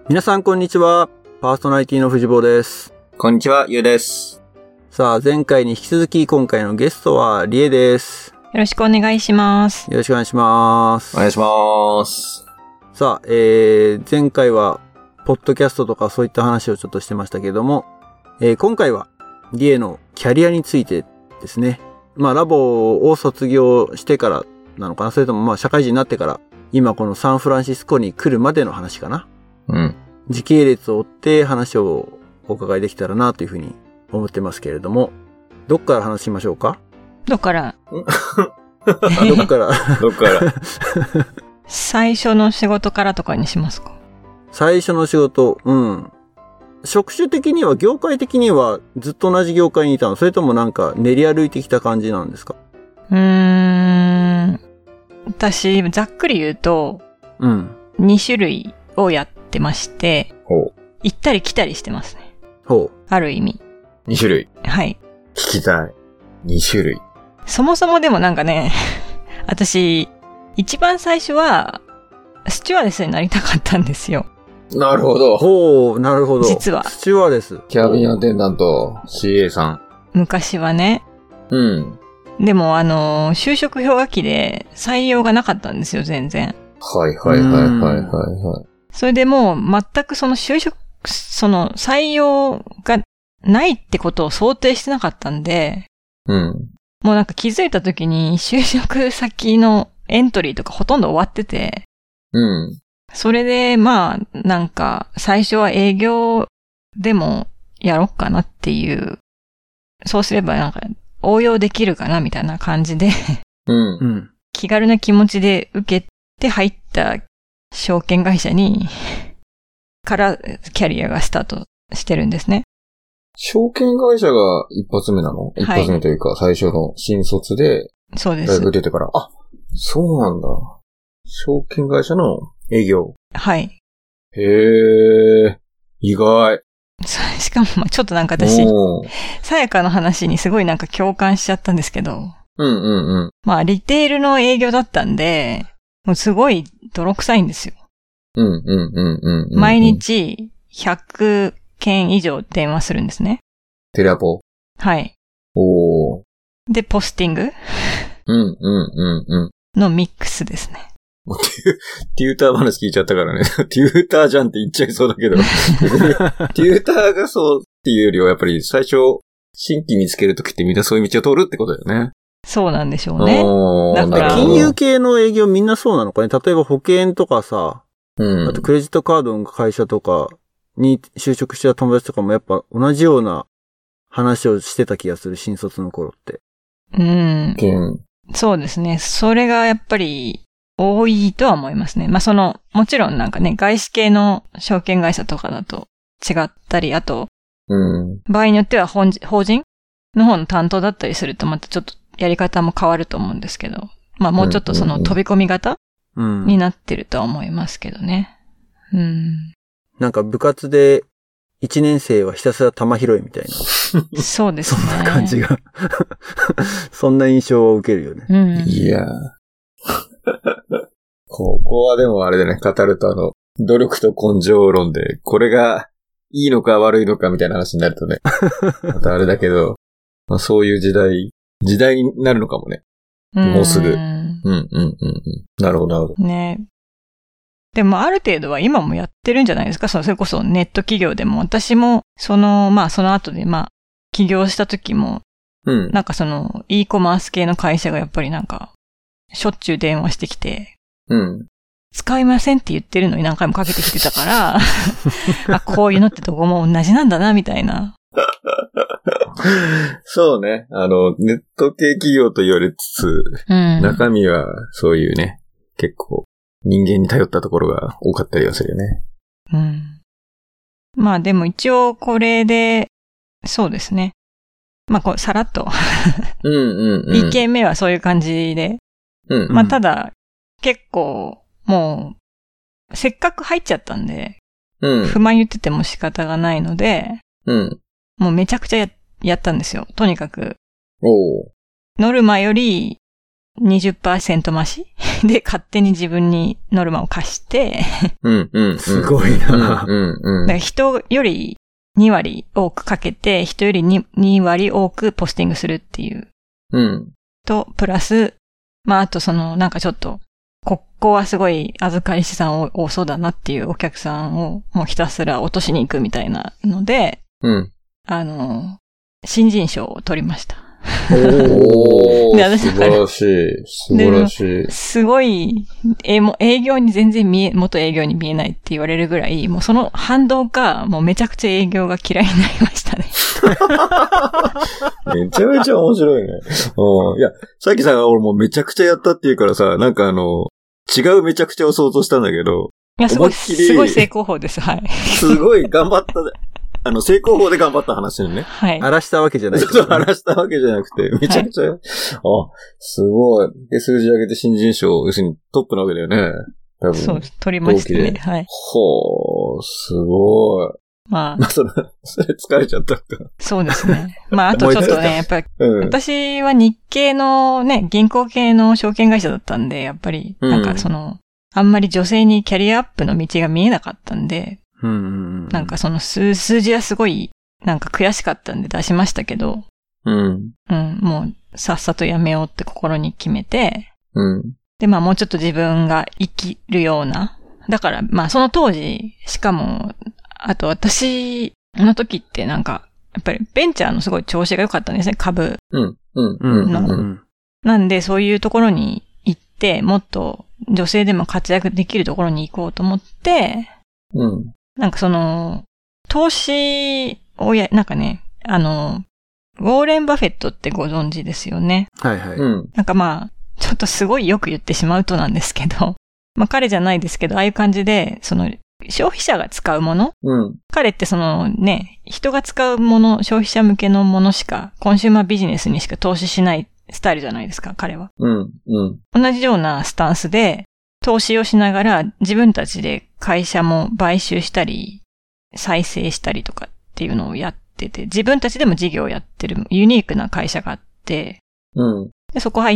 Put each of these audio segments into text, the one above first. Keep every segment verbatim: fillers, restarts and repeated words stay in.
皆さんこんにちは。パーソナリティの藤坊です。 こんにちは、ゆうです。 さあ、前回に引き続き今回のゲストはりえです。 よろしくお願いします。 よろしくお願いします。 お願いします。 さあ、えー、前回はポッドキャストとかそういった話をちょっとしてましたけれども、えー、今回はりえのキャリアについてですね。まあラボを卒業してからなのかな、それともまあ社会人になってから今このサンフランシスコに来るまでの話かな。 うん。 時系列を追って話をお伺いできたらなというふうに思ってますけれども、どっから話しましょうか？ どっからどっからどっから最初の仕事からとかにしますか？ 最初の仕事、うん。職種的には、業界的にはずっと同じ業界にいたの？それともなんか練り歩いてきた感じなんですか？ うーん。私、ざっくり言うと、 うん。 に種類をやってまして、 ほう。 行ったり来たりしてますね。 ほう。 ある意味。 に種類。 はい。 聞きたい。に種類。 そもそもでもなんかね、私、一番最初は、スチュワーデスになりたかったんですよ。 なるほど。 ほう、なるほど。 実は。 スチュワーデス。 キャビンアテンダント シーエー さん。 昔はね。 うん。 でもあの、就職氷河期で採用がなかったんですよ、全然。 はいはいはいはいはいはい。 それでもう全くその就職、その採用がないってことを想定してなかったんで、 うん。 もうなんか気づいた時に就職先のエントリーとかほとんど終わってて、 うん。 それでまあなんか最初は営業でもやろっかなっていう、そうすればなんか応用できるかなみたいな感じで、 うん。 うん。 気軽な気持ちで受けて入った証券会社に、からキャリアがスタートしてるんですね。 証券会社が一発目なの？一発目というか最初の新卒で、 そうです。 大学出てから。あ、そうなんだ。証券会社の営業。 はい。 へー、意外。 しかも、まあちょっとなんか私、さやかの話にすごいなんか共感しちゃったんですけど。 うんうんうん。 まあ、リテールの営業だったんで、もうすごい泥臭いんですよ。 うんうんうんうんうん、うん。 毎日ひゃくけん以上電話するんですね。 テレアポ？ はい。 おー。 で、ポスティングうんうんうんうん。 のミックスですね。 もうテュ、テューター話聞いちゃったからね。テューターじゃんって言っちゃいそうだけど。テューターがそうっていうよりはやっぱり最初、新規見つけるときってみんなそういう道を通るってことだよね。 そうなんでしょうね。 だから金融系の営業みんなそうなのかね。例えば保険とかさ、うん、あとクレジットカードの会社とかに就職した友達とかもやっぱ同じような話をしてた気がする、新卒の頃って。 うん。 うん、 そうですね。それがやっぱり多いとは思いますね。まあその、もちろんなんかね、外資系の証券会社とかだと違ったり、あと、 うん、 場合によっては法人の方の担当だったりするとまたちょっとやり方も変わると思うんですけど、まあもうちょっとその飛び込み型、うん、になってるとは思いますけどね。うん。 なんか部活で一年生はひたすら球拾いみたいな。 そうですね。 そんな感じが。そんな印象を受けるよね。 うん、 いやここはでもあれだね、語るとあの、努力と根性論で、これがいいのか悪いのかみたいな話になるとね。またあれだけど、まあ、そういう時代、時代になるのかもね。もうすぐ。うん、うん、うん、うん。なるほど、なるほど。 ね。でもある程度は今もやってるんじゃないですか。それこそネット企業でも。私も、その、まあその後で、まあ、起業した時も、うん。なんかその、e コマース系の会社がやっぱりなんか、しょっちゅう電話してきて、 うん。 使いませんって言ってるのに何回もかけてきてたから、あ、こういうのってどこも同じなんだな、みたいな。 そうね。あの、ネット系企業と言われつつ、うん、中身はそういうね、結構人間に頼ったところが多かったりはするよね。 うん。まあでも一応これで、そうですね。まあこう、さらっと。 うんうんうん。 いっけんめはそういう感じで。うん。まあただ、結構、もう、せっかく入っちゃったんで、うん。不満言ってても仕方がないので、 うん。 もうめちゃくちゃ や, やったんですよ。とにかく。 おー。 ノルマよりにじゅっパーセント増しで、勝手に自分にノルマを課して、 うんうんうん、 すごいな。 うんうん、 だから人よりに割多くかけて、人より 2, に割多くポスティングするっていう。 うん。 と、プラス、まあ、あとその、なんかちょっと、ここはすごい預かり資産多そうだなっていうお客さんをもうひたすら落としに行くみたいなので、 うん。 あの、新人賞を取りました。 おー、素晴らしい。素晴らしい。 すごい、え、もう営業に全然見え、元営業に見えないって言われるぐらい、もうその反動か、もうめちゃくちゃ営業が嫌いになりましたね。 めちゃめちゃ面白いね。うん。いや、さっきさ、俺もうめちゃくちゃやったって言うからさ、なんかあの、違うめちゃくちゃを想像したんだけど。 いや、すごい、すごい成功法です、はい。 すごい頑張った。あの、成功法で頑張った話にね。 はい。 荒らしたわけじゃない、 ね。そう、荒らしたわけじゃなくて、めちゃくちゃ、はい、あ、すごい。で、数字上げて新人賞、要するにトップなわけだよね。多分。 そう、取りましたね。はい。 ほー、すごい。 まあ。 まあ、それ、それ疲れちゃったか。 そうですね。まあ、あとちょっとね、やっぱり、うん、私は日系のね、銀行系の証券会社だったんで、やっぱり、なんかその、うん、あんまり女性にキャリアアップの道が見えなかったんで、 うんうんうん、 なんかその数、数字はすごい、なんか悔しかったんで出しましたけど、 うん。 うん、もう、さっさとやめようって心に決めて、 うん。 で、まあもうちょっと自分が生きるような、だから、まあその当時、しかも、あと私の時ってなんか、やっぱりベンチャーのすごい調子が良かったんですね、株。 うん、うん、うん。 うん、なんで、そういうところに行って、もっと女性でも活躍できるところに行こうと思って、 うん。 なんかその、投資をや、なんかね、あの、ウォーレン・バフェットってご存知ですよね。 はいはい。 うん。 なんかまあ、ちょっとすごいよく言ってしまうとなんですけど、まあ彼じゃないですけど、ああいう感じで、その、消費者が使うもの、 うん、 彼ってそのね、人が使うもの、消費者向けのものしか、コンシューマービジネスにしか投資しないスタイルじゃないですか、彼は。 うん、うん。 同じようなスタンスで、投資をしながら自分たちで会社も買収したり、再生したりとかっていうのをやってて、自分たちでも事業をやってるユニークな会社があって、 うん、 でそこ入って、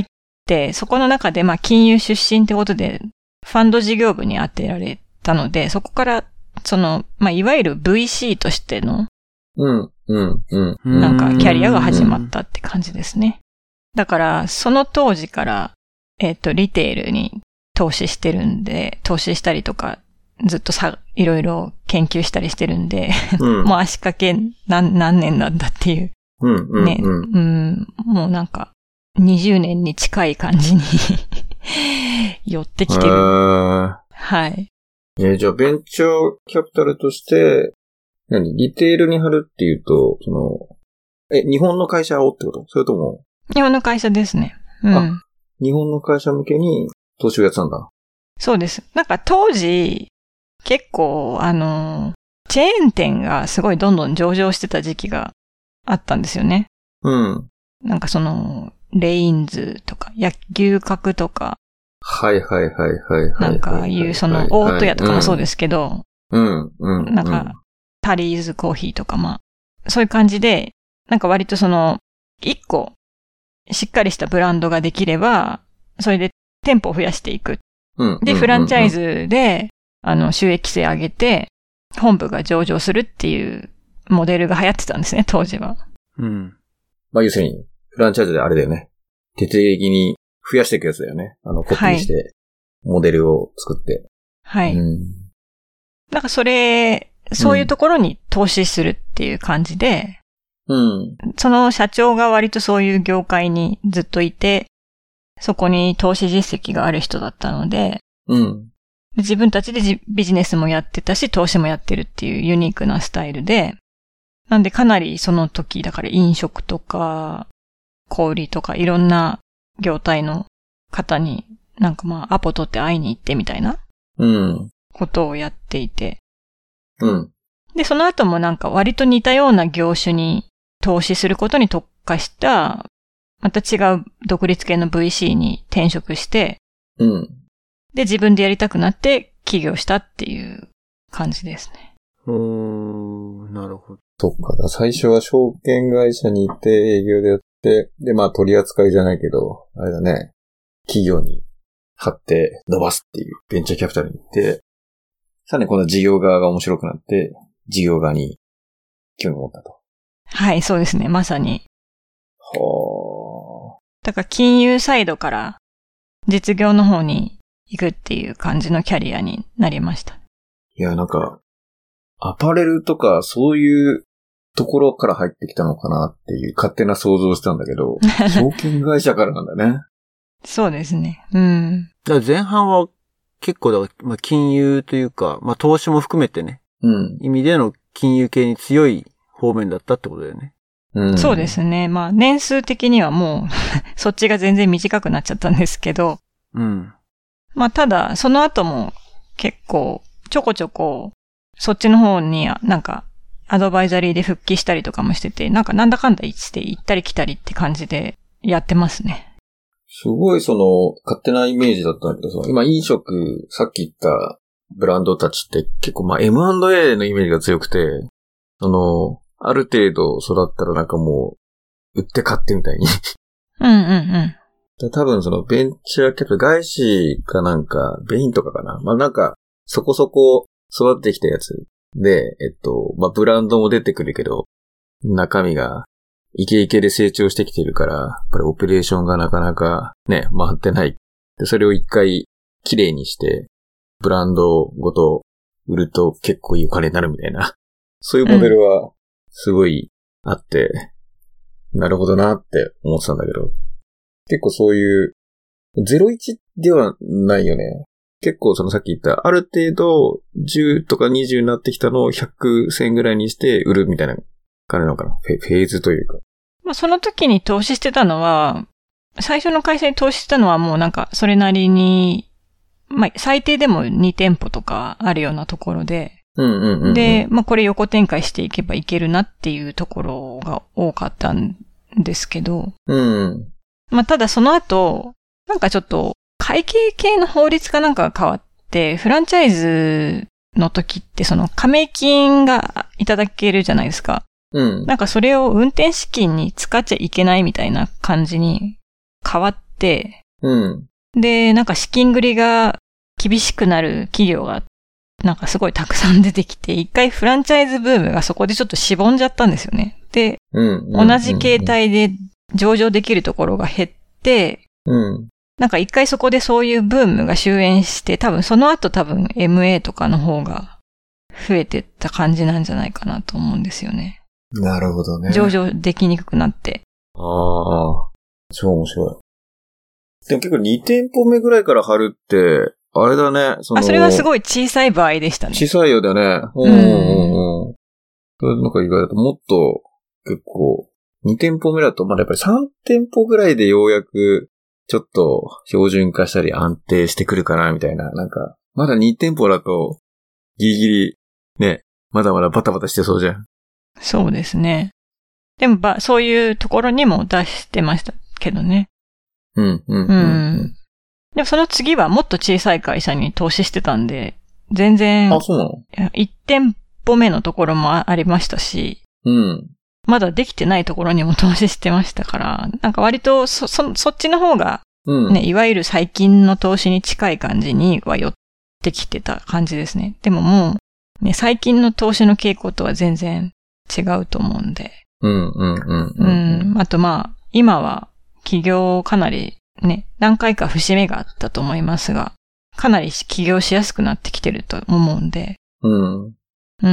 そこの中でまあ金融出身ってことで、ファンド事業部に当てられたので、そこから、その、まあいわゆる ブイシー としての、 うん、うん、うん。 なんかキャリアが始まったって感じですね。だから、その当時から、えっと、リテールに投資してるんで、投資したりとか、ずっとさ、いろいろ研究したりしてるんで、うん、もう足掛け何、何年なんだっていう。 うん、うん。 ね、うん、もうなんか、にじゅうねんに近い感じに寄ってきてる。はい。 えー、じゃあ、ベンチャーキャピタルとして、何リテールに貼るっていうと、その、え、日本の会社をってこと？それとも？ 日本の会社ですね。うん。 あ、日本の会社向けに投資をやってたんだ。 そうです。なんか当時、結構、あの、チェーン店がすごいどんどん上場してた時期があったんですよね。 うん。 なんかその、レインズとか、野牛角とか。 はいはいはいはいはい。 なんかいう、その、オート屋とかもそうですけど。 うん、うん。 なんか、タリーズコーヒーとかまあ、そういう感じで、なんか割とその、一個、しっかりしたブランドができれば、それで店舗を増やしていく。 うん。 で、フランチャイズで、あの、収益性上げて、本部が上場するっていうモデルが流行ってたんですね、当時は。 うん。 まあ、要するに、フランチャイズであれだよね。徹底的に増やしていくやつだよね。あの、コピーして、モデルを作って。 はい。 うん。 なんかそれ、そういうところに投資するっていう感じで、 うん。 その社長が割とそういう業界にずっといて、そこに投資実績がある人だったので、 うん。 自分たちでビジネスもやってたし、投資もやってるっていうユニークなスタイルで、なんでかなりその時、だから飲食とか、小売とかいろんな業態の方になんかまあアポ取って会いに行ってみたいな、 うん。 ことをやっていて、 うん。 で、その後もなんか割と似たような業種に投資することに特化した、また違う独立系の ブイシー に転職して、 うん。 で、自分でやりたくなって起業したっていう感じですね。 おー、なるほど。 そっか。最初は証券会社に行って営業でやって、で、まあ取り扱いじゃないけど、あれだね。企業に買って伸ばすっていうベンチャーキャピタルに行って、さらにこの事業側が面白くなって、事業側に興味を持ったと。 はい、そうですね。まさに。 はあ。 だから金融サイドから実業の方に行くっていう感じのキャリアになりました。 いや、なんか、アパレルとかそういうところから入ってきたのかなっていう勝手な想像をしたんだけど、証券会社からなんだね。 そうですね。うん。 だから前半は結構だ、まあ、金融というか、まあ、投資も含めてね、 うん、 意味での金融系に強い方面だったってことだよね。 うん、そうですね。まあ、年数的にはもうそっちが全然短くなっちゃったんですけど、 うん。 まあ、ただ、その後も結構ちょこちょこそっちの方になんかアドバイザリーで復帰したりとかもしてて、なんかなんだかんだして行ったり来たりって感じでやってますね。 すごいその勝手なイメージだったんだけどさ、今飲食、さっき言ったブランドたちって結構まあ エムアンドエー のイメージが強くて、その、ある程度育ったらなんかもう売って買ってみたいに。 うんうんうん。 多分そのベンチャーキャピタル、外資かなんか、ベインとかかな。まあなんかそこそこ育ってきたやつで、えっと、まあブランドも出てくるけど、中身がイケイケで成長してきてるから、やっぱりオペレーションがなかなかね、回ってない。で、それを一回綺麗にして、ブランドごと売ると結構いいお金になるみたいな。そういうモデルはすごいあって、うん、なるほどなって思ってたんだけど、結構そういう、ゼロイチではないよね。結構そのさっき言った、ある程度じゅうとかにじゅうになってきたのをひゃく、せんぐらいにして売るみたいな感じなのかな。フェ、フェーズというか。 まあその時に投資してたのは、最初の会社に投資したのはもうなんかそれなりに、まあ最低でもに店舗とかあるようなところで、 うんうんうんうん、 で、まあこれ横展開していけばいけるなっていうところが多かったんですけど、 うん、 まあただその後、なんかちょっと会計系の法律かなんかが変わって、フランチャイズの時ってその加盟金がいただけるじゃないですか。 うん。 なんかそれを運転資金に使っちゃいけないみたいな感じに変わって、 うん。 で、なんか資金繰りが厳しくなる企業がなんかすごいたくさん出てきて、一回フランチャイズブームがそこでちょっとしぼんじゃったんですよね。で、 うんうん、同じ形態で上場できるところが減って、 うん、 なんか一回そこでそういうブームが終焉して、多分その後多分 エムエー とかの方が増えてった感じなんじゃないかなと思うんですよね。 なるほどね。 上場できにくくなって。 ああ、超面白い。でも結構に店舗目ぐらいから貼るって、あれだね。 そのあ、それはすごい小さい場合でしたね。 小さいようだね。うんうんうん。それなんか意外だともっと結構、に店舗目だとまだやっぱりさん店舗ぐらいでようやくちょっと標準化したり安定してくるかなみたいな。なんか、まだに店舗だとギリギリね、まだまだバタバタしてそうじゃん。 そうですね。でもば、そういうところにも出してましたけどね。 うん、うん、うん。 うんでもその次はもっと小さい会社に投資してたんで、全然、 あ、そうなの？ いち店舗目のところもありましたし、 うん。 まだできてないところにも投資してましたから、なんか割とそ、そ、そっちの方が、ね、うん、いわゆる最近の投資に近い感じには寄ってきてた感じですね。でももう、ね、最近の投資の傾向とは全然違うと思うんで。 うん、うん、うん。 うん。あとまあ、今は企業かなり、ね、何回か節目があったと思いますが、かなり起業しやすくなってきてると思うんで。 うん。 うん。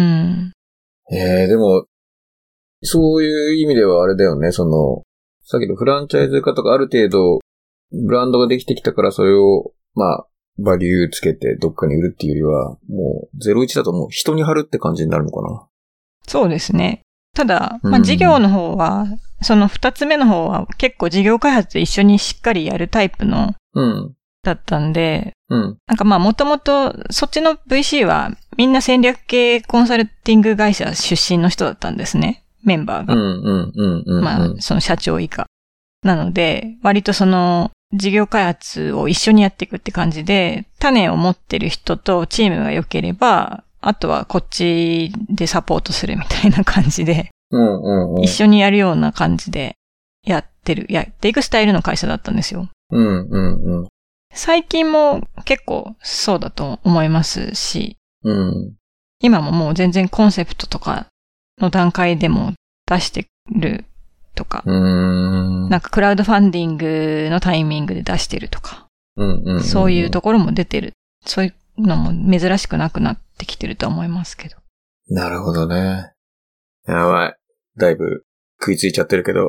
えー、でも、そういう意味ではあれだよね、その、さっきのフランチャイズ化とかある程度、ブランドができてきたからそれを、まあ、バリューつけてどっかに売るっていうよりは、もうゼロイチだともう人に貼るって感じになるのかな。 そうですね。ただ、まあ、事業の方は、うん、その二つ目の方は結構事業開発一緒にしっかりやるタイプの、 うん、 だったんで、 うん、 なんかまあもともとそっちの ブイシー はみんな戦略系コンサルティング会社出身の人だったんですね。メンバーが。 うんうんうんうん、 まあその社長以下。なので、割とその事業開発を一緒にやっていくって感じで、種を持ってる人とチームが良ければ、あとはこっちでサポートするみたいな感じで、 うんうんうん、 一緒にやるような感じでやってる、やっていくスタイルの会社だったんですよ。 うんうんうん。 最近も結構そうだと思いますし、 うん、 今ももう全然コンセプトとかの段階でも出してるとか、 うーんなんかクラウドファンディングのタイミングで出してるとか、 うんうんうんうん、 そういうところも出てる。そういうのも珍しくなくなってきてると思いますけど。 なるほどね。やばい。だいぶ食いついちゃってるけど。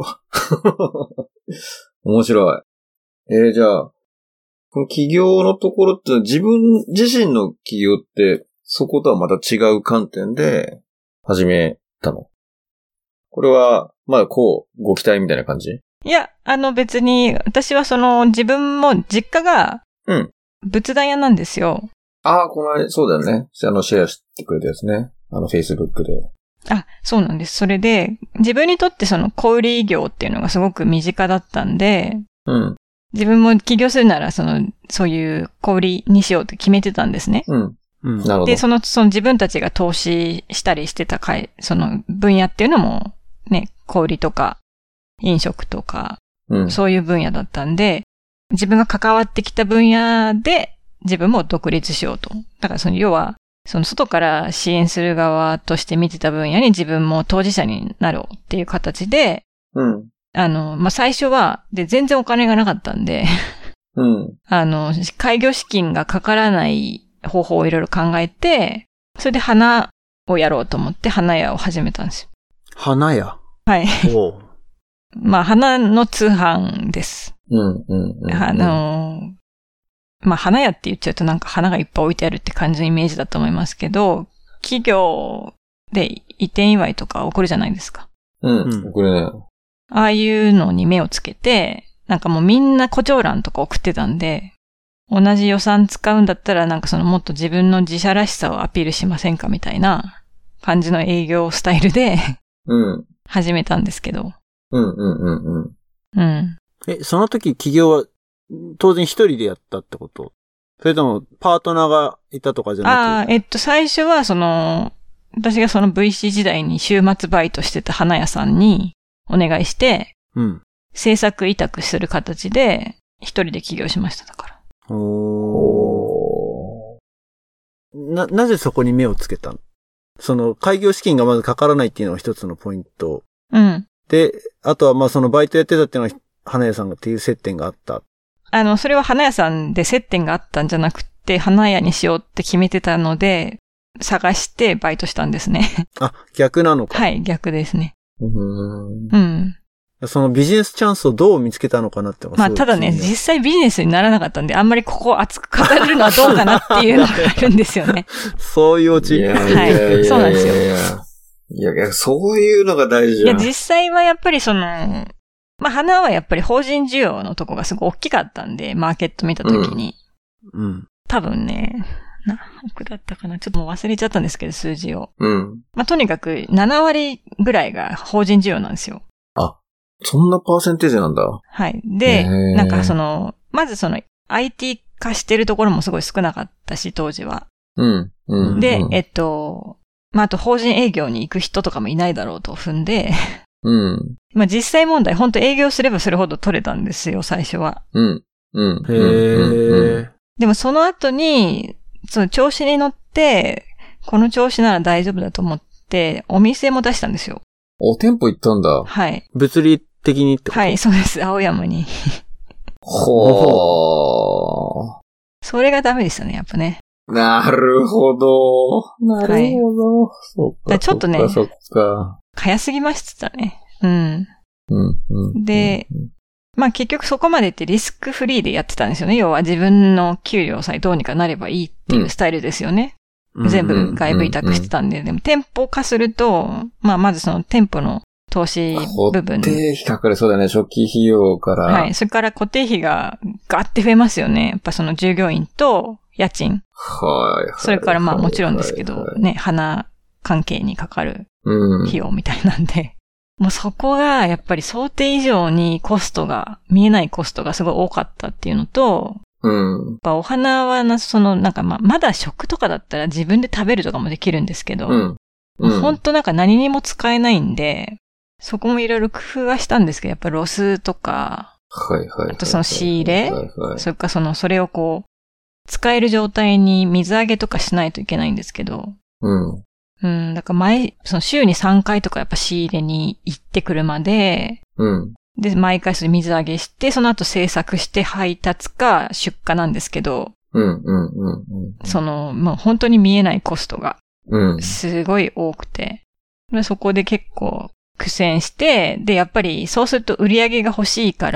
面白い。えー、じゃあ、この起業のところって自分自身の起業ってそことはまた違う観点で始めたの？これは、まだこう、ご期待みたいな感じ？ いや、あの別に、私はその自分も実家が、 うん。 仏壇屋なんですよ。 ああ、この間、そうだよね。あの、シェアしてくれたやつね。あの、Facebook で。 あ、そうなんです。それで、自分にとってその小売業っていうのがすごく身近だったんで、 うん。 自分も起業するなら、その、そういう小売にしようって決めてたんですね。 うん。うん。なるほど。 で、その、その自分たちが投資したりしてた会、その分野っていうのも、ね、小売とか、飲食とか、うん、そういう分野だったんで、自分が関わってきた分野で、自分も独立しようと。だからその要は、その外から支援する側として見てた分野に自分も当事者になろうっていう形で、 うん。 あの、まあ、最初は、で、全然お金がなかったんで、 うん。 あの、開業資金がかからない方法をいろいろ考えて、それで花をやろうと思って花屋を始めたんですよ。 花屋？ はい。 おまあ、花の通販です。 うん、うん、うん。 あの、まあ、花屋って言っちゃうとなんか花がいっぱい置いてあるって感じのイメージだと思いますけど、企業で移転祝いとか起こるじゃないですか。 うん、起こるね。 ああいうのに目をつけて、なんかもうみんな誇張欄とか送ってたんで、同じ予算使うんだったらなんかそのもっと自分の自社らしさをアピールしませんかみたいな感じの営業スタイルで、 うん、 始めたんですけど。 うん、うん、うん、うん。 うん。 え、その時起業は当然一人でやったってこと？それともパートナーがいたとかじゃなくて？ ああ、えっと最初はその、私がその ブイシー 時代に週末バイトしてた花屋さんにお願いして、 うん。 制作委託する形で一人で起業しました、だから。 おー。な、なぜそこに目をつけたの？その開業資金がまずかからないっていうのが一つのポイント。 うん。 で、あとはまあそのバイトやってたっていうのは花屋さんがっていう接点があった。 あの、それは花屋さんで接点があったんじゃなくて、花屋にしようって決めてたので、探してバイトしたんですね。 あ、逆なのか。 はい、逆ですね。 うーん。 うん。 そのビジネスチャンスをどう見つけたのかなって。 まあ、ただね、実際ビジネスにならなかったんで、あんまりここを熱く語れるのはどうかなっていうのがあるんですよね。 そういうオチ。 いやいやいやいや、 はい、そうなんですよ。 いやいや、そういうのが大事じゃん。 いや、実際はやっぱりその、まあ、花はやっぱり法人需要のとこがすごい大きかったんで、マーケット見たときに。 うん。うん、 多分ね、何億だったかな、ちょっともう忘れちゃったんですけど、数字を。 うん。 まあ、とにかくなな割ぐらいが法人需要なんですよ。 あ、そんなパーセンテージなんだ。 はい。で、なんかその、まずその アイティー 化してるところもすごい少なかったし、当時は。 うん。うん、 で、えっと、まあ、あと法人営業に行く人とかもいないだろうと踏んで、 うん。 まあ実際問題、本当営業すればするほど取れたんですよ、最初は。 うん。うん。 へー。 でもその後に、その調子に乗って、この調子なら大丈夫だと思って、お店も出したんですよ。 お、店舗行ったんだ。 はい。 物理的にってこと？ はい、そうです。青山に。 ほー。 それがダメでしたね、やっぱね。 なるほど。なるほど。はい、そっか。 ちょっとね、 そっか、そっか。 早すぎましたね。うん。 うんうん、 で、うん、まあ結局そこまでってリスクフリーでやってたんですよね。要は自分の給料さえどうにかなればいいっていうスタイルですよね。うん、全部外部委託してたんで。でも店舗化すると、まあまずその店舗の投資部分。 固定費かかりそうだね。初期費用から。 はい。それから固定費がガッて増えますよね。やっぱその従業員と家賃。 はい。 それからまあもちろんですけど、ね、花関係にかかる費用みたいなんで。うん、もうそこがやっぱり想定以上にコストが、見えないコストがすごい多かったっていうのと、 うん。 やっぱお花はな、そのなんかまあ、まだ食とかだったら自分で食べるとかもできるんですけど、 うんうん、 本当なんか何にも使えないんで、そこもいろいろ工夫はしたんですけど、やっぱロスとか、 はいはい。 あとその仕入れ、 はいはい、 それかその、それをこう、使える状態に水揚げとかしないといけないんですけど。 うん。 うん、だから毎、その週にさんかいとかやっぱ仕入れに行ってくるまで、 うん。 で、毎回それ水揚げして、その後製作して配達か出荷なんですけど、 うんうんうんうん。 その、まあ、本当に見えないコストが、 うん。 すごい多くて、でそこで結構苦戦して、で、やっぱりそうすると売り上げが欲しいから、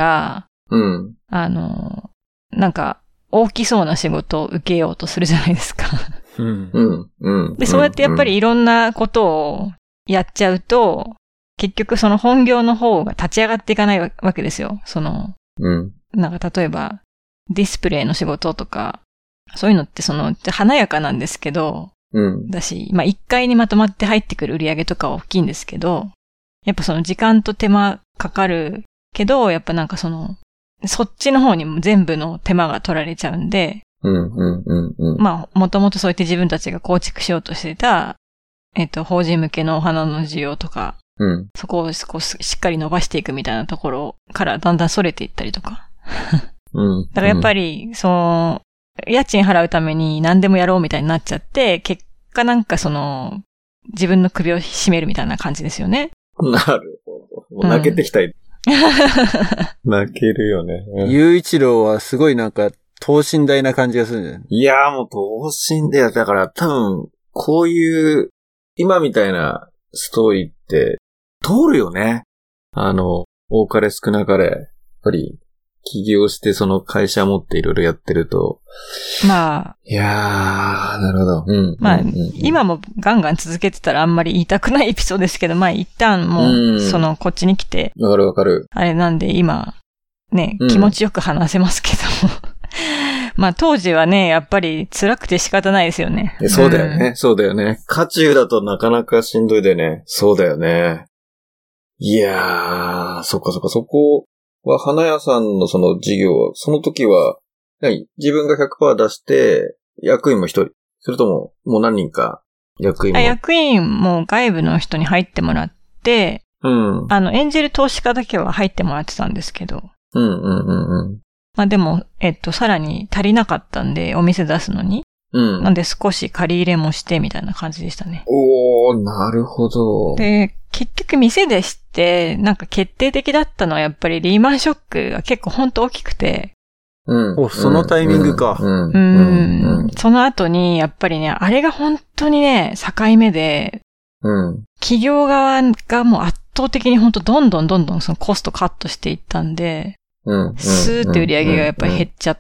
うん。 あの、なんか、大きそうな仕事を受けようとするじゃないですか。 うん。 うん。うん。 で、そうやってやっぱりいろんなことをやっちゃうと、結局その本業の方が立ち上がっていかないわけですよ。その、 うん。 なんか例えば、ディスプレイの仕事とか、そういうのってその、華やかなんですけど、 うん。 だし、まあ、一回にまとまって入ってくる売り上げとかは大きいんですけど、やっぱその時間と手間かかるけど、やっぱなんかその、そっちの方にも全部の手間が取られちゃうんで、 うん、うん、うん、うん。 まあ、もともとそうやって自分たちが構築しようとしてた、えっと、法人向けのお花の需要とか、 うん。 そこをこうしっかり伸ばしていくみたいなところからだんだん逸れていったりとか。 うん。 だからやっぱり、その、家賃払うために何でもやろうみたいになっちゃって、結果なんかその、自分の首を絞めるみたいな感じですよね。 なるほど。もう泣けてきた、うん、泣けるよね。 うん、雄一郎はすごいなんか、等身大な感じがするんだよね。 いやーもう等身大だから多分、こういう、今みたいなストーリーって、通るよね。あの、多かれ少なかれ、やっぱり、起業してその会社持っていろいろやってると。 まあ。 いやー、なるほど。うん。 まあ、 うんうんうん、 今もガンガン続けてたらあんまり言いたくないエピソードですけど、まあ一旦もう、その、こっちに来て。 わかるわかる。 あれなんで今、ね、 うん、 気持ちよく話せますけど。まあ当時はね、やっぱり辛くて仕方ないですよね。 そうだよね、うん、そうだよね。渦中だとなかなかしんどいでね。そうだよね。いやー、そっかそっか、そこは花屋さんのその事業は、その時は、何自分が ひゃくパーセント 出して、役員も一人。それとも、もう何人か役員も。 役員も外部の人に入ってもらって、 うん。 あの、エンジェル投資家だけは入ってもらってたんですけど。 うんうんうんうん。 まあでも、えっと、さらに足りなかったんで、お店出すのに。 うん。 なんで少し借り入れもしてみたいな感じでしたね。 おー、なるほど。 で、結局店でして、なんか決定的だったのはやっぱりリーマンショックが結構ほんと大きくて。 うん。 お、そのタイミングか。 うん。うんうん、その後に、やっぱりね、あれが本当にね、境目で、 うん。 企業側がもう圧倒的に本当どんどんどんどんそのコストカットしていったんで、 うん。 スーって売り上げがやっぱり減っちゃって、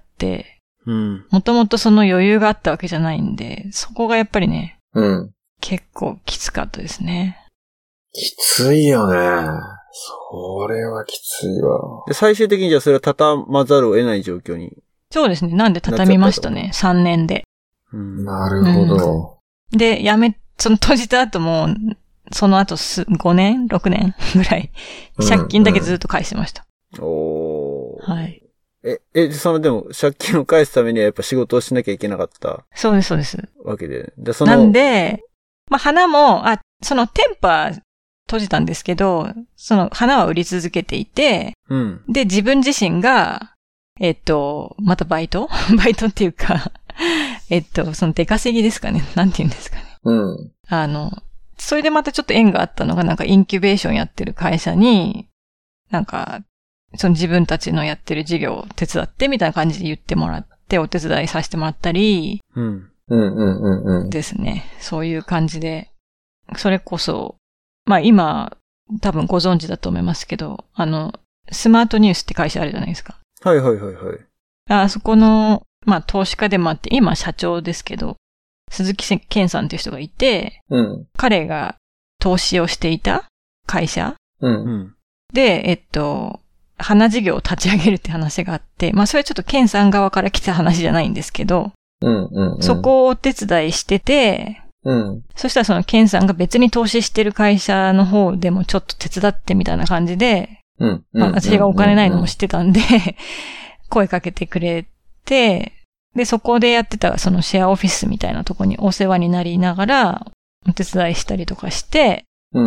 うん。 もともとその余裕があったわけじゃないんで、そこがやっぱりね、 うん。 結構きつかったですね。 きついよね。それはきついわ。 で、最終的にじゃあそれは畳まざるを得ない状況に。 そうですね。なんで畳みましたね。さんねんで。 うん、なるほど、 うん。で、やめ、その閉じた後も、その後すごねん ?ろく 年ぐらい、借金だけずっと返してました。 うんうん、おー。はい。 え、え、そのでも、借金を返すためにはやっぱ仕事をしなきゃいけなかった。 そうです、そうです。 わけで。で、その。 なんで、まあ、花も、あ、その店舗閉じたんですけど、その花は売り続けていて、 うん。 で、自分自身が、えっと、またバイトバイトっていうか、えっと、その出稼ぎですかね。なんて言うんですかね。 うん。 あの、それでまたちょっと縁があったのが、なんかインキュベーションやってる会社に、なんか、その自分たちのやってる事業を手伝ってみたいな感じで言ってもらって、お手伝いさせてもらったり、 うん。 うんうんうんうん。 ですね。そういう感じで、それこそ、まあ今、多分ご存知だと思いますけど、あの、スマートニュースって会社あるじゃないですか。 はいはいはいはい。 あそこの、まあ投資家でもあって、今社長ですけど、鈴木健さんっていう人がいて、 うん、 彼が投資をしていた会社、 うん、 で、えっと、花事業を立ち上げるって話があって、まあそれはちょっと健さん側から来た話じゃないんですけど、 うんうんうん、 そこをお手伝いしてて、 うん、 そしたらその健さんが別に投資してる会社の方でもちょっと手伝ってみたいな感じで、 うんまあ、私がお金ないのも知ってたんで、声かけてくれて、で、そこでやってたそのシェアオフィスみたいなとこにお世話になりながら、お手伝いしたりとかして、 うん、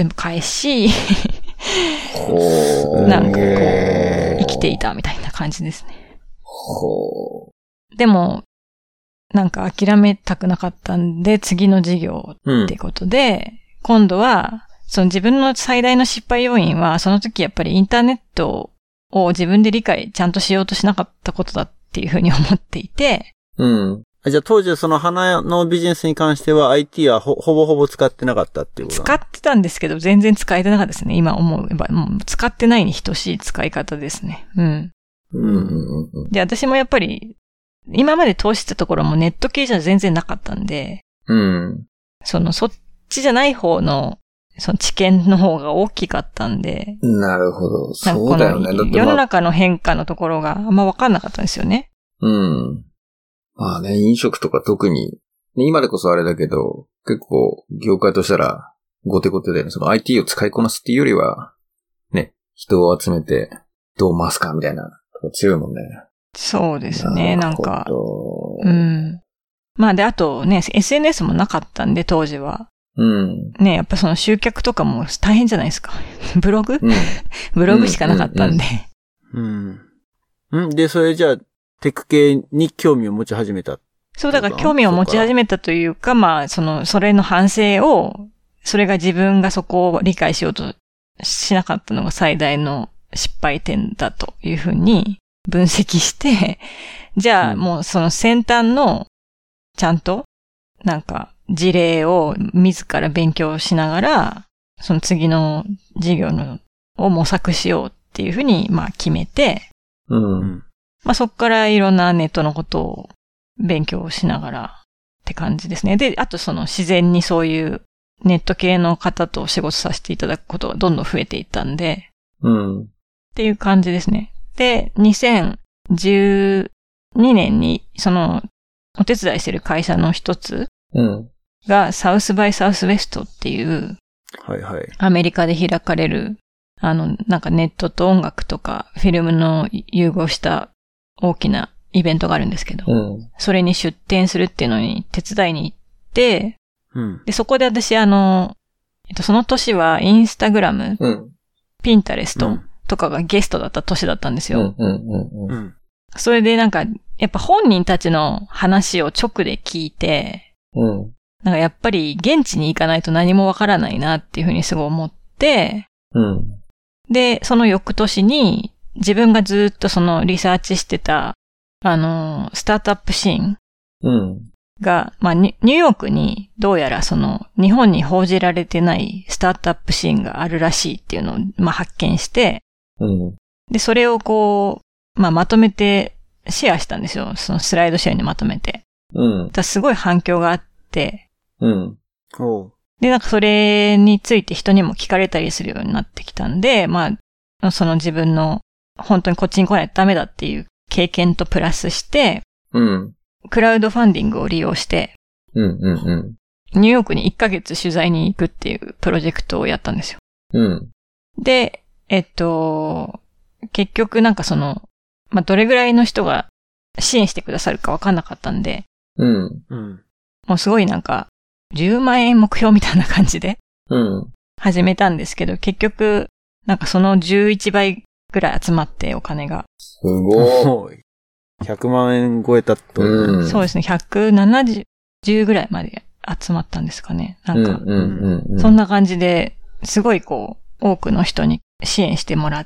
借金を全部返し、 ほーなんかこていたみたいな感じですね。 ほう。でも、なんか諦めたくなかったんで、次の授業ってことで、うん、今度は、その自分の最大の失敗要因は、その時やっぱりインターネットを自分で理解ちゃんとしようとしなかったことだっていうふうに思っていて。 うん。じゃあ当時その花のビジネスに関しては アイティー は ほ, ほぼほぼ使ってなかったっていうこと？ 使ってたんですけど、全然使えてなかったですね。今思えば、もう使ってないに等しい使い方ですね。うん。 うんうんうん、 で、私もやっぱり、今まで投資したところもネット系じゃ全然なかったんで、 うん。 その、そっちじゃない方の、その知見の方が大きかったんで。 なるほど。そうだよね。 だって世の中の変化のところがあんま分かんなかったんですよね。 うん。まあね、飲食とか特に、今でこそあれだけど、結構業界としたらゴテゴテで、その アイティー を使いこなすっていうよりは、ね、人を集めてどう回すかみたいなとこ強いもんね。 そうですね、なんか。うん。まあで、あとね、エスエヌエス もなかったんで、当時は。 うん。 ね、やっぱその集客とかも大変じゃないですか。ブログ、うん、ブログしかなかったんで。 うん。うん。で、それじゃあ、テック系に興味を持ち始めた。 そう、だから興味を持ち始めたというか、まあ、その、それの反省を、それが自分がそこを理解しようとしなかったのが最大の失敗点だというふうに分析して、じゃあもうその先端の、ちゃんと、なんか、事例を自ら勉強しながら、その次の事業のを模索しようっていうふうに、まあ決めて、 うん。 まあそこからいろんなネットのことを勉強しながらって感じですね。で、あとその自然にそういうネット系の方と仕事させていただくことがどんどん増えていったんで、 うん。 っていう感じですね。で、にせんじゅうにねんにそのお手伝いしてる会社の一つ、 うん。 がサウスバイサウスウェストっていう、 はいはい。 アメリカで開かれる、あの、なんかネットと音楽とかフィルムの融合した大きなイベントがあるんですけど、 うん、 それに出展するっていうのに手伝いに行って、 うん、 で、そこで私あの、えっと、その年はインスタグラム、 うん、 ピンタレストとかがゲストだった年だったんですよ。 うんうんうん、 それでなんか、やっぱ本人たちの話を直で聞いて、 うん、 なんかやっぱり現地に行かないと何もわからないなっていうふうにすごい思って、 うん、 で、その翌年に自分がずっとそのリサーチしてた、あの、スタートアップシーンが、 うん、 まあニューヨークにどうやらその日本に報じられてないスタートアップシーンがあるらしいっていうのを、まあ、発見して、 うん、 で、それをこう、まあ、まとめてシェアしたんですよ。そのスライドシェアにまとめて。 うん。 だすごい反響があって、 うん。 で、なんかそれについて人にも聞かれたりするようになってきたんで、まあ、その自分の本当にこっちに来ないとダメだっていう経験とプラスして、 うん。 クラウドファンディングを利用して、 うんうんうん。 ニューヨークにいっかげつ取材に行くっていうプロジェクトをやったんですよ。 うん。 で、えっと、結局なんかその、まあ、どれぐらいの人が支援してくださるかわかんなかったんで、 うん。 うん。 もうすごいなんか、じゅうまんえん目標みたいな感じで、 うん。 始めたんですけど、結局、なんかそのじゅういちばいぐらい集まってお金が。 すごい。 ひゃくまんえん超えたと、 うん。 そうですね、ひゃくななじゅうぐらいまで集まったんですかね。なんか、 うんうんうん、 そんな感じで、すごいこう、多くの人に支援してもらって、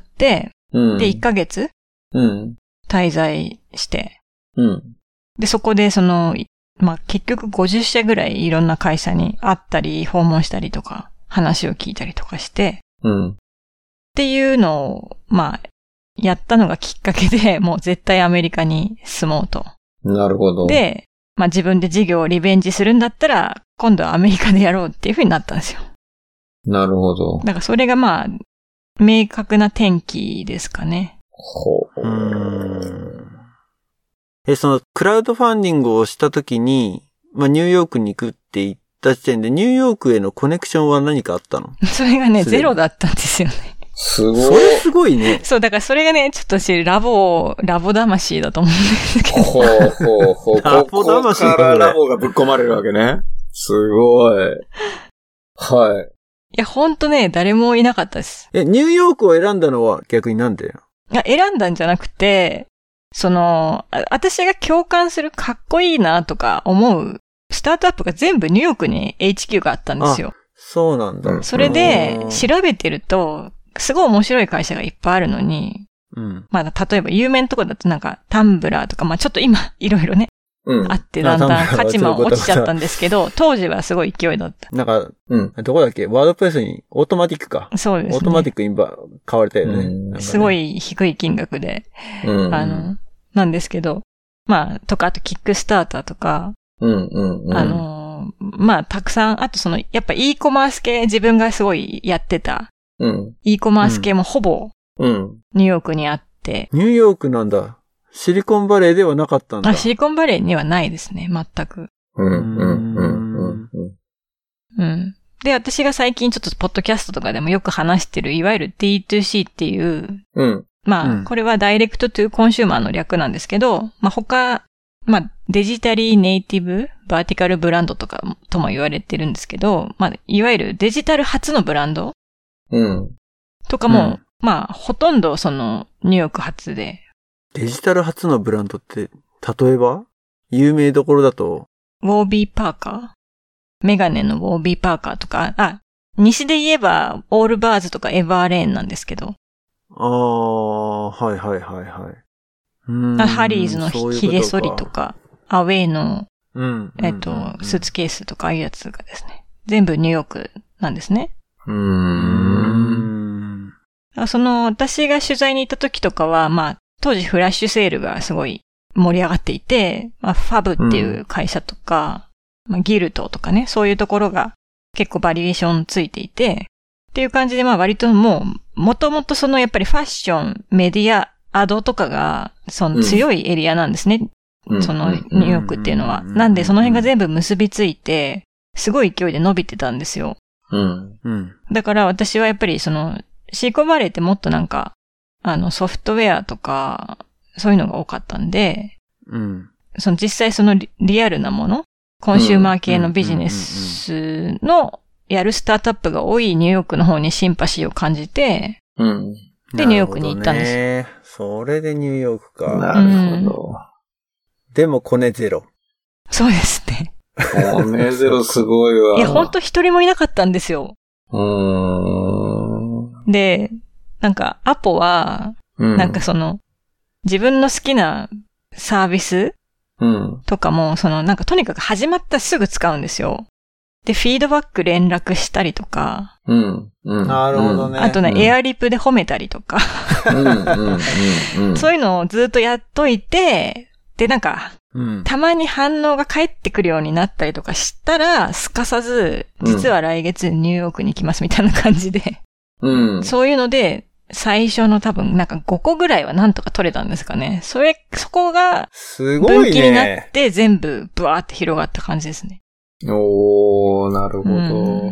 うん、 で、いっかげつうん、 滞在して、 うん、 で、そこでその、まあ、結局ごじゅっしゃぐらいいろんな会社に会ったり、訪問したりとか、話を聞いたりとかして、 うん、 っていうのを、まあ、やったのがきっかけで、もう絶対アメリカに住もうと。 なるほど。 で、まあ自分で事業をリベンジするんだったら、今度はアメリカでやろうっていう風になったんですよ。 なるほど。 だからそれがまあ、明確な転機ですかね。 ほう。 うーん。え、その、クラウドファンディングをしたときに、まあニューヨークに行くって言った時点で、ニューヨークへのコネクションは何かあったの？ それがね、ゼロだったんですよね。 すごい。 それすごいね。 そう、だからそれがね、ちょっと私、ラボ、ラボ魂だと思うんですけど。 ほうほうほう。 ラボ魂ここからラボがぶっ込まれるわけね。すごい。はい。 いや、ほんとね、誰もいなかったです。 え、ニューヨークを選んだのは逆になんで？ 選んだんじゃなくて、その、私が共感するかっこいいなとか思うスタートアップが全部ニューヨークに エイチキュー があったんですよ。 そうなんだ。 それで調べてると、すごい面白い会社がいっぱいあるのに、うん、まあ例えば有名なところだとなんかタンブラーとか、まあちょっと今いろいろね、うん、あってだんだん価値も落ちちゃったんですけど、当時はすごい勢いだった。 なんか、うん、どこだっけワードプレスにオートマティックか。 そうですね。 オートマティックに買われたよね。うん、 ねすごい低い金額で、うん、あの、なんですけど、まあ、とか、あとキックスターターとか、 うんうんうん、 あの、まあ、たくさん、あとその、やっぱ e コマース系自分がすごいやってた、うん、e コマース系もほぼ、ニューヨークにあって、 うん。ニューヨークなんだ。シリコンバレーではなかったんだ。 あ、シリコンバレーにはないですね、全く。 うん、うん、うん、うん。 うん。で、私が最近ちょっとポッドキャストとかでもよく話してる、いわゆる ディーツーシー っていう、 うん。 まあ、うん、これはダイレクトトゥーコンシューマーの略なんですけど、まあ他、まあデジタリーネイティブ、バーティカルブランドとかとも言われてるんですけど、まあいわゆるデジタル初のブランド、 うん、 とかも、うん、まあほとんどそのニューヨーク発で。 デジタル初のブランドって、例えば有名どころだとウォービーパーカーメガネのウォービーパーカーとか、あ、西で言えばオールバーズとかエバーレーンなんですけど。 ああ、はいはいはいはい。 うーんハリーズのヒゲ剃りとか、アウェイの、うん、えっと、スーツケースとかああいうやつがですね、全部ニューヨークなんですね。 うーん。 その、私が取材に行った時とかは、まあ、当時フラッシュセールがすごい盛り上がっていて、まあ、ファブっていう会社とか、うん、まあ、ギルトとかね、そういうところが結構バリエーションついていて、っていう感じで、まあ割ともう、もともとそのやっぱりファッション、メディア、アドとかが、その強いエリアなんですね。うん、そのニューヨークっていうのは。なんでその辺が全部結びついて、すごい勢いで伸びてたんですよ。 うん。うん。 だから私はやっぱりその、シリコンバレーってもっとなんか、あのソフトウェアとか、そういうのが多かったんで、 うん。 その実際その リ, リアルなもの、コンシューマー系のビジネスの、やるスタートアップが多いニューヨークの方にシンパシーを感じて、 うん。 で、ニューヨークに行ったんですよ。 ね。それでニューヨークか。 なるほど。 うん、でも、コネゼロ。 そうですね。 コネゼロすごいわ。 いや、ほんと一人もいなかったんですよ。 うーん。 で、なんか、アポは、うん、なんかその、自分の好きなサービスうん。 とかも、その、なんかとにかく始まったらすぐ使うんですよ。で、フィードバック連絡したりとか。 うん。うん、 なるほどね。 あとね、うん、エアリプで褒めたりとか。 うんうんうんうん、 そういうのをずっとやっといて、で、なんか、うん、たまに反応が返ってくるようになったりとかしたら、すかさず、実は来月ニューヨークに行きますみたいな感じで。 うん、 そういうので、最初の多分、なんかごこぐらいはなんとか取れたんですかね。それ、そこが、 すごいね。 分岐になって、全部、ブワーって広がった感じですね。 おー、なるほど。うん、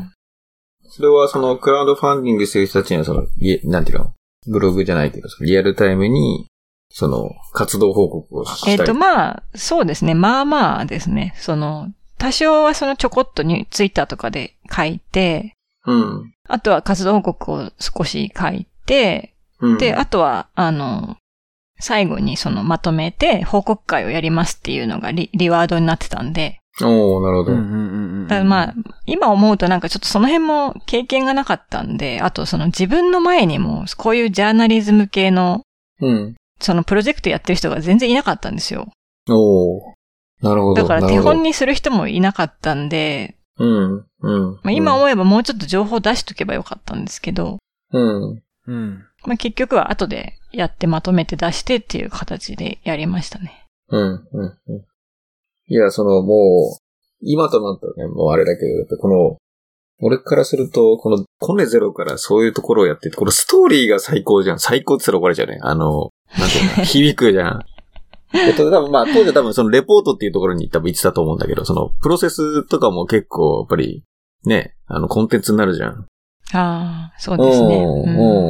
それはそのクラウドファンディングしてる人たちにはその、なんていうのブログじゃないけど、リアルタイムに、その、活動報告をしたり。 えっと、まあ、そうですね。まあまあですね。その、多少はそのちょこっとにツイッターとかで書いて、 うん。 あとは活動報告を少し書いて、 うん、 で、あとは、あの、最後にそのまとめて報告会をやりますっていうのが リ, リワードになってたんで、 おー、なるほど。 うんうんうん、 だからまあ、今思うとなんかちょっとその辺も経験がなかったんで、あとその自分の前にもこういうジャーナリズム系の、 うん、そのプロジェクトやってる人が全然いなかったんですよ。 おー、なるほど。 だから手本にする人もいなかったんで、 うん、うん。 まあ、今思えばもうちょっと情報出しとけばよかったんですけど、 うん、 うん。 まあ結局は後でやってまとめて出してっていう形でやりましたね。 うん、うん、うん。いや、そのもう、今となったらね、もうあれだけど、やっぱこの、俺からすると、このコネゼロからそういうところをやってて、このストーリーが最高じゃん。最高って言ったら怒られちゃうね。あの、なんていうの、響くじゃん。えっと、多分まあ、当時は多分そのレポートっていうところに多分行ってたと思うんだけど、そのプロセスとかも結構、やっぱり、ね、あの、コンテンツになるじゃん。 ああ、そうですね。 うん。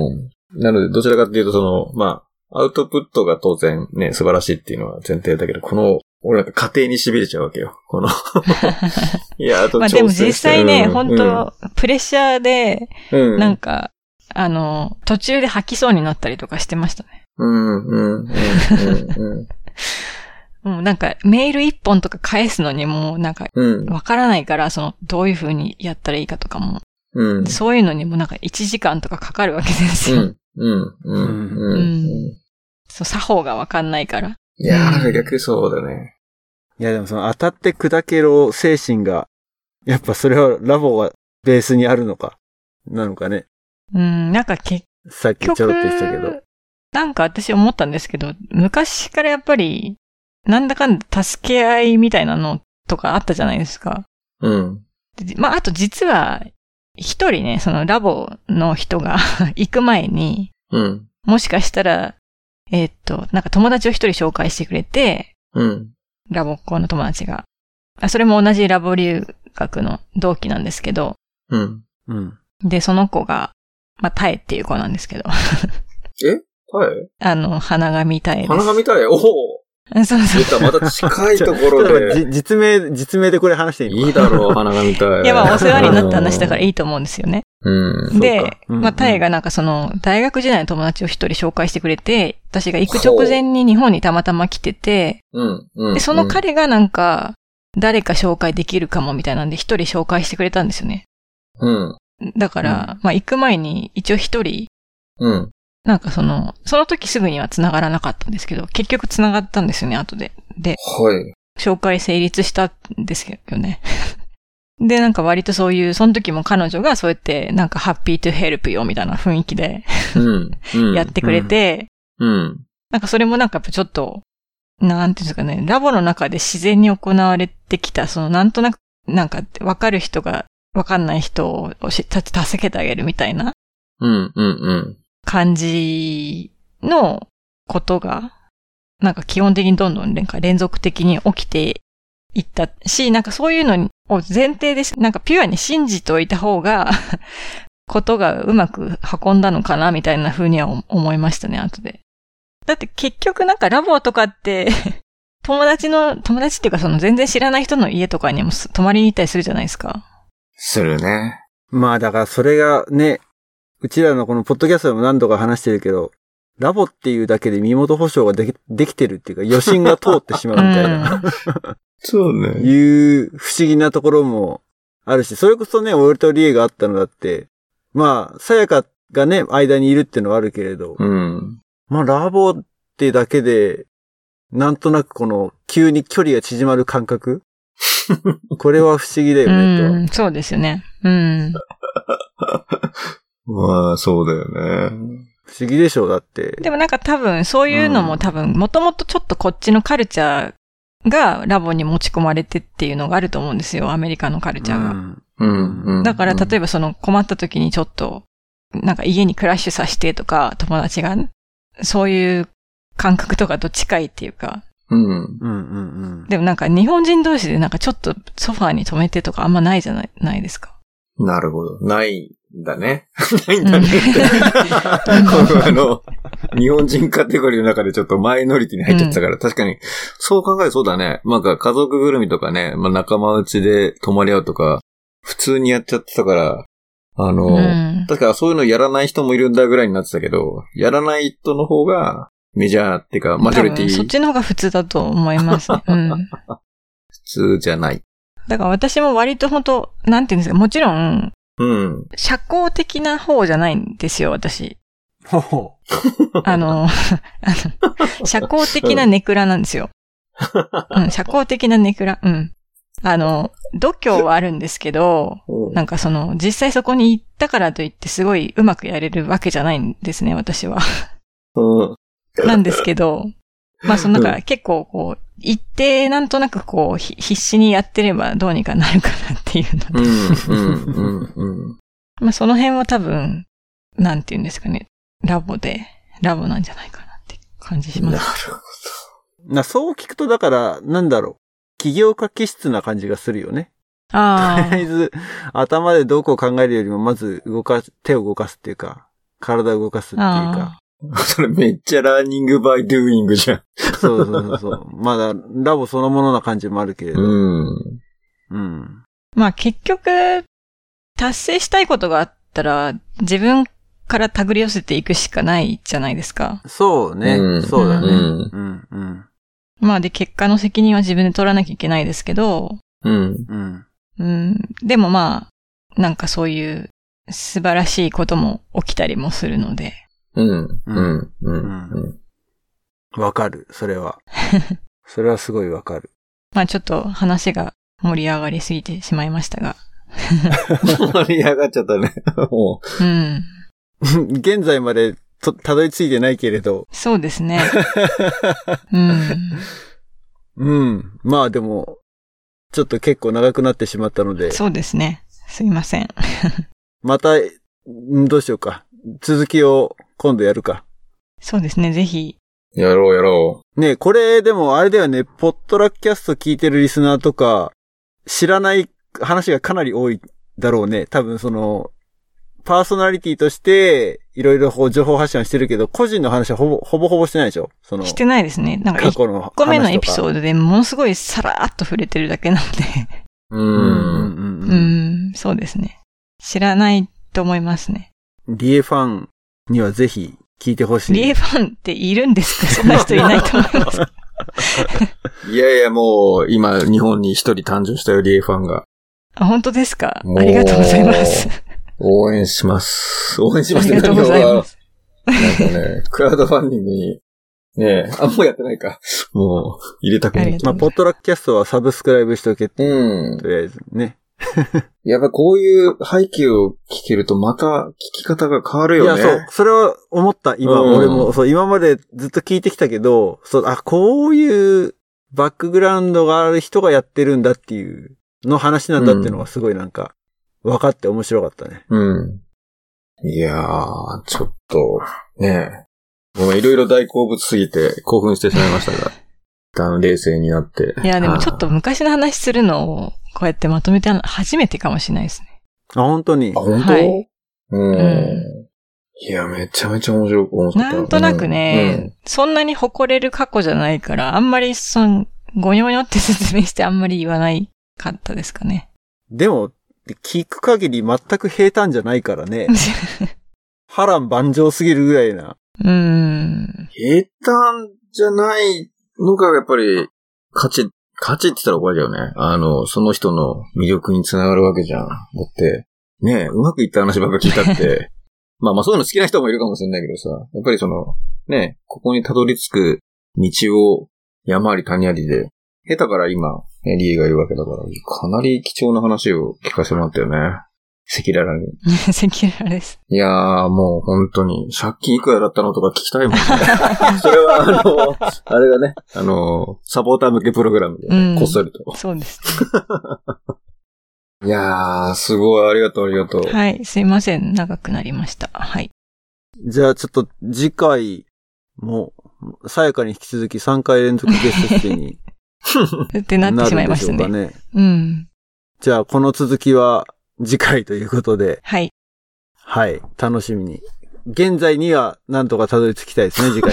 うん、なので、どちらかっていうと、その、まあ、アウトプットが当然ね、素晴らしいっていうのは前提だけど、この、俺なんか家庭に痺れちゃうわけよ。このいや、あとまあでも実際ね、 うん、 本当、うん、プレッシャーで、 うん、 なんか、あの、途中で吐きそうになったりとかしてましたね。 うん、うん、うん、うん。 もうなんかメール一本とか返すのにもなんかわからないから、そのどういう風にやったらいいかとかも、うん、そういうのにもなんかいちじかんとかかかるわけですよ。うん、 うん、うん、うん。 そう、作法がわかんないから。 いやー、逆にそうだね。 いやでもその当たって砕けろ精神が、やっぱそれはラボはベースにあるのか、なのかね。 うん、なんか結局、 さっきちょろっと言ったけど。 なんか私思ったんですけど、昔からやっぱり、なんだかんだ助け合いみたいなのとかあったじゃないですか。 うん。 まあ、あと実は、一人ね、そのラボの人が行く前に、 うん。 もしかしたら、えー、っと、なんか友達を一人紹介してくれて、 うん。 ラボっ子の友達が。あ、それも同じラボ留学の同期なんですけど。 うん。 うん。 で、その子が、まあ、タエっていう子なんですけど。 えタエあの、花神タエです。 花神タエおおそうそう。 出た、また近いところで。 実名、実名でこれ話していいいいだろう、花神タエ。 いや、まあ、お世話になった話だからいいと思うんですよね。 うん。 で、まあ、タエがなんかその、大学時代の友達を一人紹介してくれて、私が行く直前に日本にたまたま来てて、 うん。うん。 で、その彼がなんか、誰か紹介できるかもみたいなんで一人紹介してくれたんですよね。 うん。 だから、うん、まあ、行く前に一応一人、 うん。 なんかその、その時すぐには繋がらなかったんですけど、結局繋がったんですよね、後で。で、 はい。 紹介成立したんですけどね。で、なんか割とそういう、その時も彼女がそうやって、なんかハッピートゥヘルプよみたいな雰囲気で、うん、やってくれて、 うん、うん。 なんかそれもなんかやっぱちょっと、なんていうんですかね、ラボの中で自然に行われてきた、そのなんとなく、なんか分かる人が分かんない人を助けてあげるみたいな、 うん、うん、うん。 感じのことが、なんか基本的にどんどんなんか連続的に起きていったし、なんかそういうのを前提で、なんかピュアに信じておいた方が、ことがうまく運んだのかなみたいな風には思いましたね、後で。だって結局なんかラボとかって、友達の、友達っていうかその全然知らない人の家とかにも泊まりに行ったりするじゃないですか。 するね。 まあだからそれがね、うちらのこのポッドキャストでも何度か話してるけど、ラボっていうだけで身元保証ができ、できてるっていうか余震が通ってしまうみたいな。 そうね。 いう不思議なところもあるし、それこそね、俺とリエがあったのだって、まあ、さやかがね、間にいるっていうのはあるけれど、 うん。 まあ、ラボってだけで、なんとなくこの、急に距離が縮まる感覚これは不思議だよね、と。 うん、そうですよね。うん。 まあ、そうだよね。 不思議でしょう、だって。 でもなんか多分、そういうのも多分、もともとちょっとこっちのカルチャーがラボに持ち込まれてっていうのがあると思うんですよ、アメリカのカルチャーが。 うんうんうん、 だから例えばその困った時にちょっと、なんか家にクラッシュさせてとか、友達が、そういう感覚とかと近いっていうか。 うん。 うんうんうん。 でもなんか日本人同士でなんかちょっとソファーに止めてとかあんまないじゃない、ないですか。 なるほど。ないんだね。ないんだねって。あの、日本人カテゴリーの中でちょっとマイノリティに入っちゃってたから、うん、確かに、そう考えるそうだね。なんか家族ぐるみとかね、まあ仲間内で泊まり合うとか、普通にやっちゃってたから、あの、うん、確かそういうのやらない人もいるんだぐらいになってたけど、やらない人の方がメジャーっていうか、マジョリティ。 そっちの方が普通だと思います、ね。うん、 普通じゃない。 だから私も割と本当なんていうんですか、もちろん、 うん。 社交的な方じゃないんですよ、私。 ほほ。 あの、あの、社交的なネクラなんですよ。うん、社交的なネクラ。うん。あの、度胸はあるんですけど、なんかその、実際そこに行ったからといってすごいうまくやれるわけじゃないんですね、私は。 うん。 なんですけど、まあそのなんか結構こう、一定なんとなくこう、必死にやってればどうにかなるかなっていうので。 うん、うん、うん、うん。 まあその辺は多分、なんていうんですかね、ラボで、ラボなんじゃないかなって感じします。 なるほど。な、そう聞くとだから、なんだろう。企業家気質な感じがするよね。 ああ。 とりあえず、頭でどこを考えるよりも、まず動かす、手を動かすっていうか、体を動かすっていうか。 それめっちゃラーニングバイドゥーイングじゃん。 そうそうそうそう。まだ、ラボそのものな感じもあるけれど。 うん。 うん。 まあ結局、達成したいことがあったら、自分から手繰り寄せていくしかないじゃないですか。 そうね。うん、そうだね。うん。 うん。うん。まあで、結果の責任は自分で取らなきゃいけないですけど。 うん。 うん。うん。でもまあ、なんかそういう素晴らしいことも起きたりもするので。 うん。うん。うん。 わかる、それは。それはすごいわかる。 まあちょっと話が盛り上がりすぎてしまいましたが。 盛り上がっちゃったね。もう。うん。 現在までとたどり着いてないけれど。 そうですね。うん。 うん。まあでも、ちょっと結構長くなってしまったので。 そうですね。すいません。 また、どうしようか。続きを今度やるか。 そうですね、ぜひ。 やろうやろう。ねえ、これでもあれだよね、ポットラッキャスト聞いてるリスナーとか、知らない話がかなり多いだろうね。多分その、パーソナリティとして、いろいろ情報発信はしてるけど、個人の話はほぼ、ほぼほぼしてないでしょ？その。 してないですね。なんか、過去のいっこめのエピソードでものすごいさらーっと触れてるだけなので。 うーん。 うん、そうですね。知らないと思いますね。 リエファンにはぜひ聞いてほしい。 リエファンっているんですか？そんな人いないと思います。 いやいや、もう、今、日本に一人誕生したよ、リエファンが。 あ、本当ですか？ありがとうございます。 応援します。応援します。 ありがとうございます。 なんかね、クラウドファンディングに、ねえ、あ、もうやってないか。もう、入れたくない。 まあ、ポットラックキャストはサブスクライブしとけって。 うん。 とりあえずね。 やっぱこういう背景を聞けるとまた聞き方が変わるよね。 いや、そう。それは思った。今、うん、俺も、そう、今までずっと聞いてきたけど、そう、あ、こういうバックグラウンドがある人がやってるんだっていうの話なんだっていうのがすごいなんか、分かって面白かったね。 うん。いやー、ちょっと、ねえ。もういろいろ大好物すぎて興奮してしまいましたが、一旦冷静になって。 いや、でもちょっと昔の話するのを、こうやってまとめて初めてかもしれないですね。 あ、本当に？ あ、本当？はい、うん、うん。いや、めちゃめちゃ面白く、面白かった。 なんとなくね、うん、そんなに誇れる過去じゃないから、あんまりその、ごにょごにょって説明してあんまり言わないかったですかね。 でも、聞く限り全く平坦じゃないからね。波乱万丈すぎるぐらいな。 うーん。 平坦じゃないのがやっぱり、価値、価値って言ったら怒られるよね。あの、その人の魅力につながるわけじゃん。だって、ねえ、うまくいった話ばっか聞いたって、まあまあそういうの好きな人もいるかもしれないけどさ、やっぱりその、ねえ、ここにたどり着く道を山あり谷ありで、下手から今、リエがいるわけだから、かなり貴重な話を聞かせてもらったよね。赤裸々に。 赤裸々です。 いやー、もう本当に、借金いくらだったのとか聞きたいもんね。それは、あの、あれだね、あの、サポーター向けプログラムで、ね、うん、こっそりと。 そうです、 ね。いやー、すごい、ありがとう、ありがとう。 はい、すいません、長くなりました。はい。 じゃあ、ちょっと、次回も、さやかに引き続きさんかい連続ゲスト出演に。 ってなってしまいましたね。ね、うん。 じゃあ、この続きは次回ということで。 はい。 はい。楽しみに。現在にはなんとかたどり着きたいですね、次回。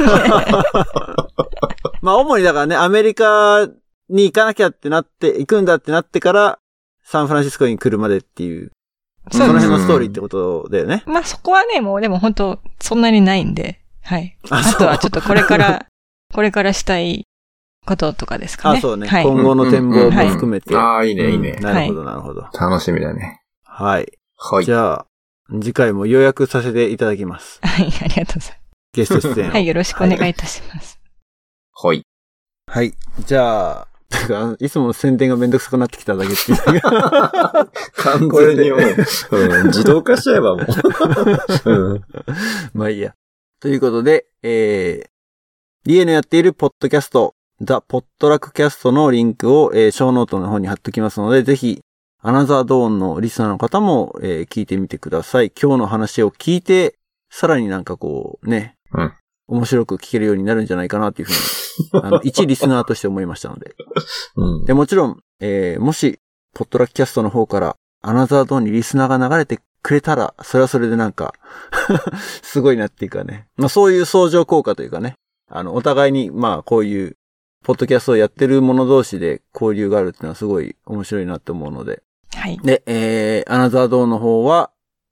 まあ、主にだからね、アメリカに行かなきゃってなって、行くんだってなってから、サンフランシスコに来るまでっていう、その辺のストーリーってことだよね。 まあ、そこはね、もうでも本当そんなにないんで、はい。あ, あとはちょっとこれから、これからしたい、こととかですかね。 あ、そうね。はい、今後の展望も含めて。 うんうんうん、ああ、いいね、いいね。 なるほど、なるほど。 楽しみだね。 はい。 はい。 じゃあ、次回も予約させていただきます。 はい、ありがとうございます。 ゲスト出演。 はい、よろしくお願いいたします。 はい。 はい。じゃあ、いつもの宣伝がめんどくさくなってきただけっていう。 完全にもう、うん、自動化しちゃえばもう。うん、 まあいいや。ということで、えー、リエのやっているポッドキャスト、ザ・ポットラックキャストのリンクを、えー、ショーノートの方に貼っときますので、ぜひ、アナザードーンのリスナーの方も、えー、聞いてみてください。今日の話を聞いて、さらになんかこう、ね、 うん、 面白く聞けるようになるんじゃないかなっていうふうに、あの、一リスナーとして思いましたので。 うん、 で、もちろん、えー、もし、ポットラックキャストの方から、アナザードーンにリスナーが流れてくれたら、それはそれでなんか、すごいなっていうかね。まあそういう相乗効果というかね。あの、お互いに、まあこういう、ポッドキャストをやってる者同士で交流があるっていうのはすごい面白いなって思うので。 はい。 で、えー、アナザードーンの方は、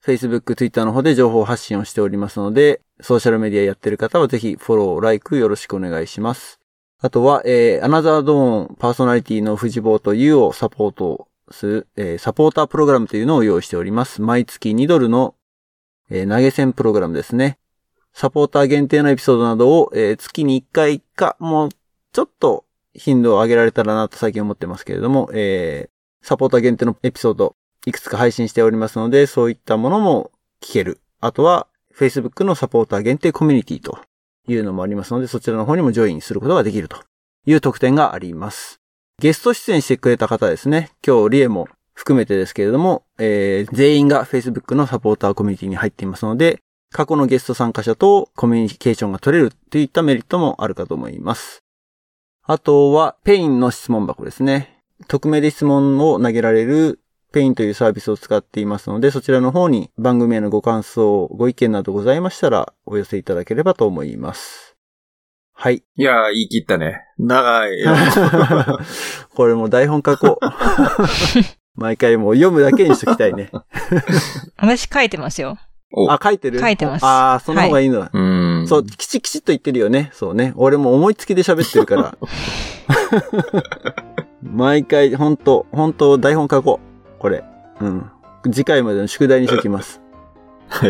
Facebook、Twitter の方で情報発信をしておりますので、ソーシャルメディアやってる方はぜひフォロー、ライクよろしくお願いします。あとは、えー、アナザードーンパーソナリティの藤坊とユウをサポートする、えー、サポータープログラムというのを用意しております。毎月にドルの、えー、投げ銭プログラムですね。サポーター限定のエピソードなどを、えー、月にいっかいか、もうちょっと頻度を上げられたらなと最近思ってますけれども、えー、サポーター限定のエピソードいくつか配信しておりますので、そういったものも聞ける。あとは、Facebook のサポーター限定コミュニティというのもありますので、そちらの方にもジョインすることができるという特典があります。ゲスト出演してくれた方ですね。今日、リエも含めてですけれども、えー、全員が Facebook のサポーターコミュニティに入っていますので、過去のゲスト参加者とコミュニケーションが取れるといったメリットもあるかと思います。あとは、ペインの質問箱ですね。匿名で質問を投げられるペインというサービスを使っていますので、そちらの方に番組へのご感想、ご意見などございましたらお寄せいただければと思います。はい。 いやー、言い切ったね。長いよ。 これもう台本書こう。毎回もう読むだけにしときたいね。 私書いてますよ。 あ、書いてる？ 書いてます。 ああ、その方がいいのだ。 はい、うん。 そう、きちきちっと言ってるよね。そうね。俺も思いつきで喋ってるから。毎回、ほんと、ほんと台本書こう。これ。うん。次回までの宿題にしときます。 はい。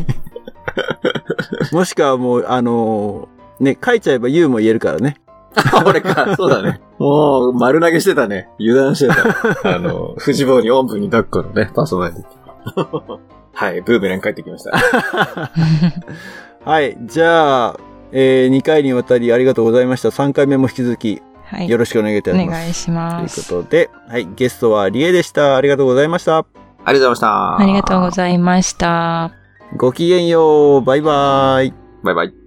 もしくはもう、あのー、ね、書いちゃえば言うも言えるからね。 俺か、そうだね。もう、丸投げしてたね。油断してた。あの、藤坊におんぶに抱っこのね、パーソナリティ。はい、ブーメラン帰ってきました。 はい、じゃあ、えー、にかいにわたりありがとうございました。さんかいめも引き続き、はい、よろしくお願いいたします。 お願いします。 ということで、はい、ゲストはリエでした。ありがとうございました。 ありがとうございました。 ありがとうございました。 ごきげんよう。バイバイ。 バイバイ。